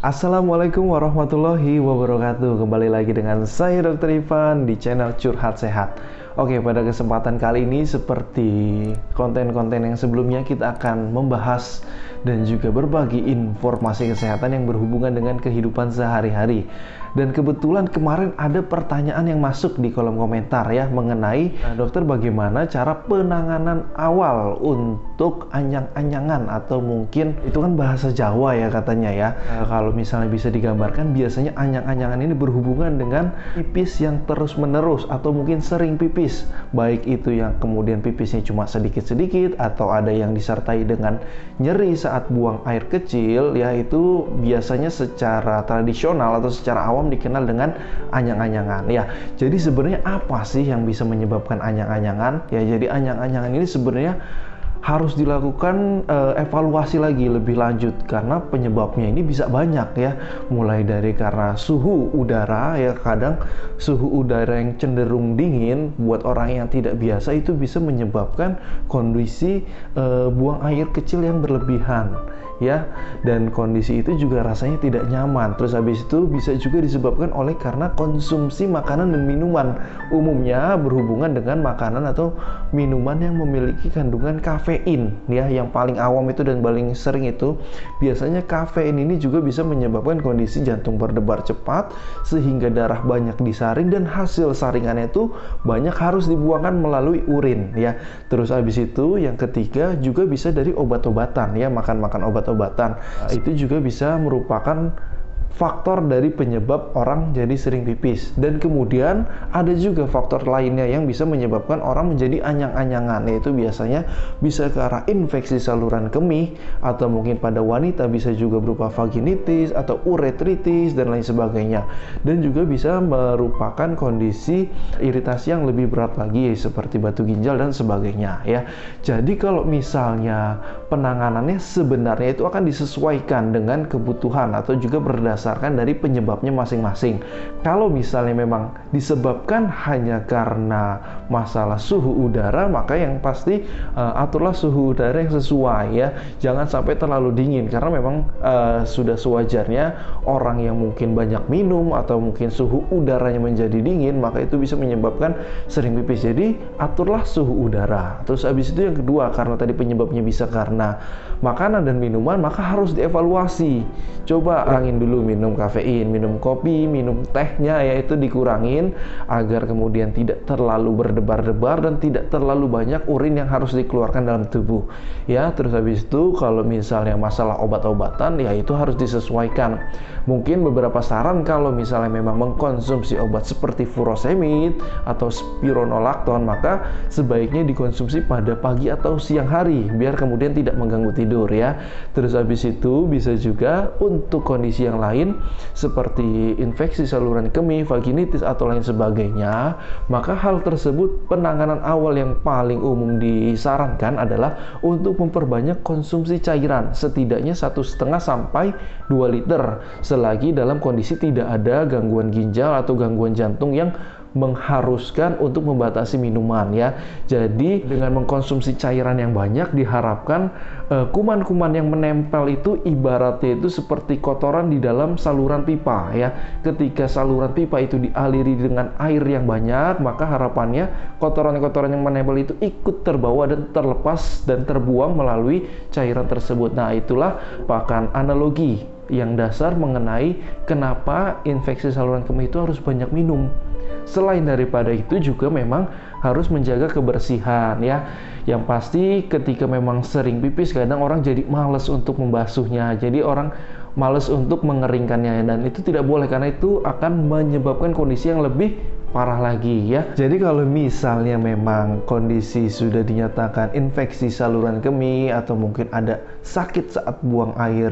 Assalamualaikum warahmatullahi wabarakatuh. Kembali lagi dengan saya Dr. Ivan di channel Curhat Sehat. Oke, pada kesempatan kali ini seperti konten-konten yang sebelumnya, kita akan membahas dan juga berbagi informasi kesehatan yang berhubungan dengan kehidupan sehari-hari. Dan kebetulan kemarin ada pertanyaan yang masuk di kolom komentar ya, mengenai dokter, bagaimana cara penanganan awal untuk anyang-anyangan, atau mungkin itu kan bahasa Jawa ya katanya ya. Kalau misalnya bisa digambarkan, biasanya anyang-anyangan ini berhubungan dengan pipis yang terus-menerus atau mungkin sering pipis, baik itu yang kemudian pipisnya cuma sedikit-sedikit atau ada yang disertai dengan nyeri saat buang air kecil, yaitu biasanya secara tradisional atau secara awam dikenal dengan anyang-anyangan ya. Jadi sebenarnya apa sih yang bisa menyebabkan anyang-anyangan? Ya, jadi anyang-anyangan ini sebenarnya harus dilakukan evaluasi lagi lebih lanjut, karena penyebabnya ini bisa banyak ya. Mulai dari karena suhu udara ya, kadang suhu udara yang cenderung dingin buat orang yang tidak biasa itu bisa menyebabkan kondisi buang air kecil yang berlebihan ya, dan kondisi itu juga rasanya tidak nyaman. Terus habis itu bisa juga disebabkan oleh karena konsumsi makanan dan minuman, umumnya berhubungan dengan makanan atau minuman yang memiliki kandungan kafein ya, yang paling awam itu dan paling sering itu biasanya kafein ini juga bisa menyebabkan kondisi jantung berdebar cepat sehingga darah banyak disaring, dan hasil saringannya itu banyak harus dibuangkan melalui urin ya. Terus habis itu yang ketiga juga bisa dari obat-obatan ya, makan obat-obatan itu juga bisa merupakan faktor dari penyebab orang jadi sering pipis. Dan kemudian ada juga faktor lainnya yang bisa menyebabkan orang menjadi anyang-anyangan, yaitu biasanya bisa ke arah infeksi saluran kemih, atau mungkin pada wanita bisa juga berupa vaginitis atau uretritis dan lain sebagainya. Dan juga bisa merupakan kondisi iritasi yang lebih berat lagi seperti batu ginjal dan sebagainya ya. Jadi kalau misalnya penanganannya sebenarnya itu akan disesuaikan dengan kebutuhan atau juga berdasarkan dari penyebabnya masing-masing. Kalau misalnya memang disebabkan hanya karena masalah suhu udara, maka yang pasti aturlah suhu udara yang sesuai ya. Jangan sampai terlalu dingin, karena memang sudah sewajarnya orang yang mungkin banyak minum atau mungkin suhu udaranya menjadi dingin, maka itu bisa menyebabkan sering pipis. Jadi aturlah suhu udara. Terus habis itu yang kedua, karena tadi penyebabnya bisa karena makanan dan minuman, maka harus dievaluasi. Coba kurangin dulu minum kafein, minum kopi, minum tehnya ya, itu dikurangin agar kemudian tidak terlalu berdebar-debar dan tidak terlalu banyak urin yang harus dikeluarkan dalam tubuh ya. Terus habis itu kalau misalnya masalah obat-obatan ya, itu harus disesuaikan. Mungkin beberapa saran, kalau misalnya memang mengkonsumsi obat seperti furosemid atau spironolakton, maka sebaiknya dikonsumsi pada pagi atau siang hari biar kemudian tidak mengganggu tidur ya. Terus habis itu bisa juga untuk kondisi yang lain seperti infeksi saluran kemih, vaginitis atau lain sebagainya, maka hal tersebut penanganan awal yang paling umum disarankan adalah untuk memperbanyak konsumsi cairan, setidaknya 1,5 sampai 2 liter selagi dalam kondisi tidak ada gangguan ginjal atau gangguan jantung yang mengharuskan untuk membatasi minuman ya. Jadi dengan mengkonsumsi cairan yang banyak, diharapkan kuman-kuman yang menempel itu ibaratnya itu seperti kotoran di dalam saluran pipa ya. Ketika saluran pipa itu dialiri dengan air yang banyak, maka harapannya kotoran-kotoran yang menempel itu ikut terbawa dan terlepas dan terbuang melalui cairan tersebut. Nah, itulah bahkan analogi yang dasar mengenai kenapa infeksi saluran kemih itu harus banyak minum. Selain daripada itu juga memang harus menjaga kebersihan ya. Yang pasti ketika memang sering pipis, kadang orang jadi males untuk membasuhnya. Jadi orang males untuk mengeringkannya, dan itu tidak boleh, karena itu akan menyebabkan kondisi yang lebih parah lagi ya. Jadi kalau misalnya memang kondisi sudah dinyatakan infeksi saluran kemih atau mungkin ada sakit saat buang air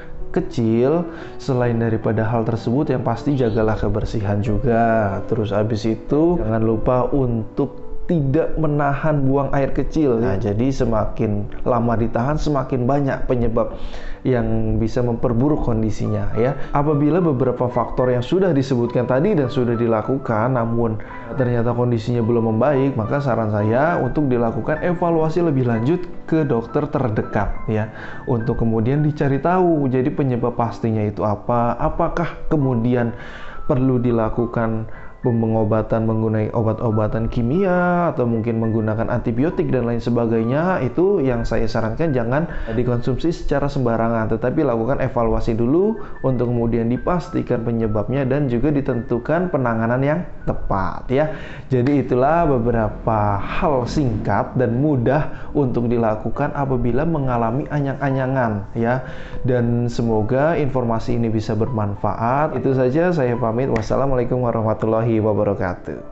kecil, selain daripada hal tersebut yang pasti jagalah kebersihan juga. Terus habis itu jangan lupa untuk tidak menahan buang air kecil. Nah, jadi semakin lama ditahan semakin banyak penyebab yang bisa memperburuk kondisinya ya. Apabila beberapa faktor yang sudah disebutkan tadi dan sudah dilakukan namun ternyata kondisinya belum membaik, maka saran saya untuk dilakukan evaluasi lebih lanjut ke dokter terdekat ya, untuk kemudian dicari tahu jadi penyebab pastinya itu apa, apakah kemudian perlu dilakukan pengobatan menggunakan obat-obatan kimia atau mungkin menggunakan antibiotik dan lain sebagainya. Itu yang saya sarankan jangan dikonsumsi secara sembarangan, tetapi lakukan evaluasi dulu untuk kemudian dipastikan penyebabnya dan juga ditentukan penanganan yang tepat ya. Jadi itulah beberapa hal singkat dan mudah untuk dilakukan apabila mengalami anyang-anyangan ya, dan semoga informasi ini bisa bermanfaat. Itu saja, saya pamit. Wassalamualaikum warahmatullahi wabarakatuh.